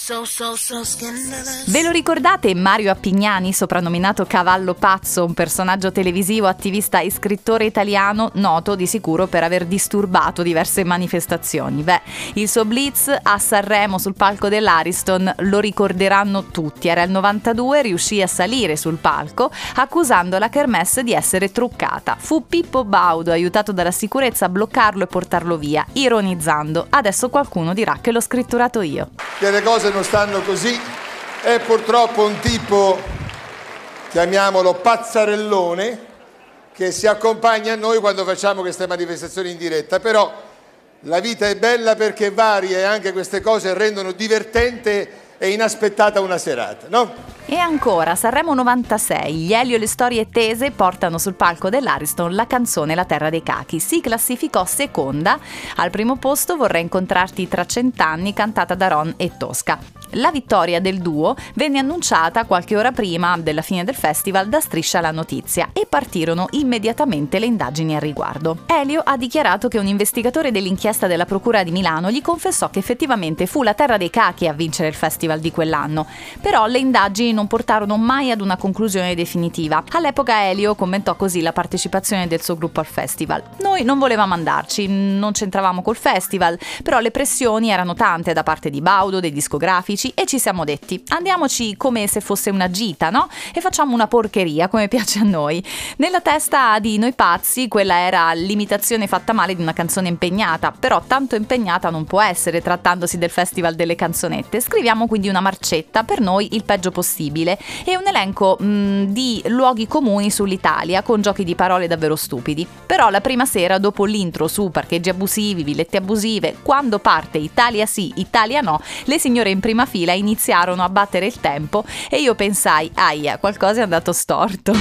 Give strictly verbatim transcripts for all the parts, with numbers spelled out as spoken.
So, so, so scandalous. Ve lo ricordate Mario Appignani, soprannominato Cavallo Pazzo, un personaggio televisivo, attivista e scrittore italiano noto di sicuro per aver disturbato diverse manifestazioni? Beh, il suo blitz a Sanremo sul palco dell'Ariston lo ricorderanno tutti. Era il novantadue, riuscì a salire sul palco accusando la kermesse di essere truccata. Fu Pippo Baudo, aiutato dalla sicurezza, a bloccarlo e portarlo via, ironizzando: adesso qualcuno dirà che l'ho scritturato io. Che le cose non stanno così, è purtroppo un tipo, chiamiamolo pazzarellone, che si accompagna a noi quando facciamo queste manifestazioni in diretta, però la vita è bella perché varia e anche queste cose rendono divertente e inaspettata una serata, no? E ancora, Sanremo novantasei, gli Elio e le Storie Tese portano sul palco dell'Ariston la canzone La terra dei cachi. Si classificò seconda, al primo posto Vorrei incontrarti tra cent'anni, cantata da Ron e Tosca. La vittoria del duo venne annunciata qualche ora prima della fine del festival da Striscia la Notizia e partirono immediatamente le indagini al riguardo. Elio ha dichiarato che un investigatore dell'inchiesta della Procura di Milano gli confessò che effettivamente fu La terra dei cachi a vincere il festival di quell'anno, però le indagini non portarono mai ad una conclusione definitiva. All'epoca Elio commentò così la partecipazione del suo gruppo al festival: noi non volevamo andarci, non c'entravamo col festival, però le pressioni erano tante da parte di Baudo, dei discografici, e ci siamo detti: andiamoci come se fosse una gita, no? E facciamo una porcheria come piace a noi. Nella testa di noi pazzi quella era l'imitazione fatta male di una canzone impegnata, però tanto impegnata non può essere trattandosi del festival delle canzonette. Scriviamo quindi una marcetta, per noi il peggio possibile, e un elenco mh, di luoghi comuni sull'Italia con giochi di parole davvero stupidi. Però la prima sera, dopo l'intro su parcheggi abusivi, villette abusive, quando parte Italia sì, Italia no, le signore in prima fila iniziarono a battere il tempo e io pensai: aia, qualcosa è andato storto.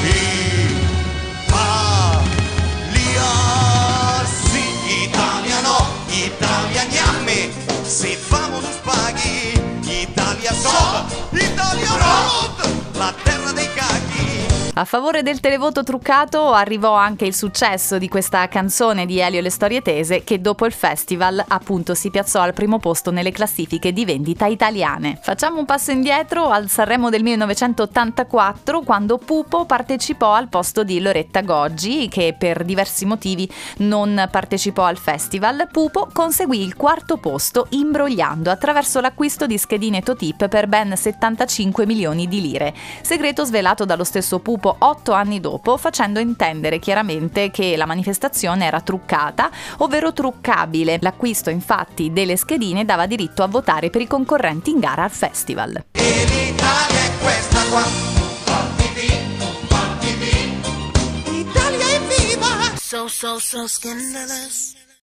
Italia sì, Italia no, Italia gnamme, se famo non spaghi, Italia so, Italia road, la terra dei cachi. A favore del televoto truccato arrivò anche il successo di questa canzone di Elio e le Storie Tese, che dopo il festival appunto si piazzò al primo posto nelle classifiche di vendita italiane. Facciamo un passo indietro al Sanremo del millenovecentottantaquattro, quando Pupo partecipò al posto di Loretta Goggi, che per diversi motivi non partecipò al festival. Pupo conseguì il quarto posto imbrogliando attraverso l'acquisto di schedine Totip per ben settantacinque milioni di lire, segreto svelato dallo stesso Pupo otto anni dopo, facendo intendere chiaramente che la manifestazione era truccata, ovvero truccabile. L'acquisto infatti delle schedine dava diritto a votare per i concorrenti in gara al festival. E l'Italia è questa qua, Italia è viva! So, so, so scandalous.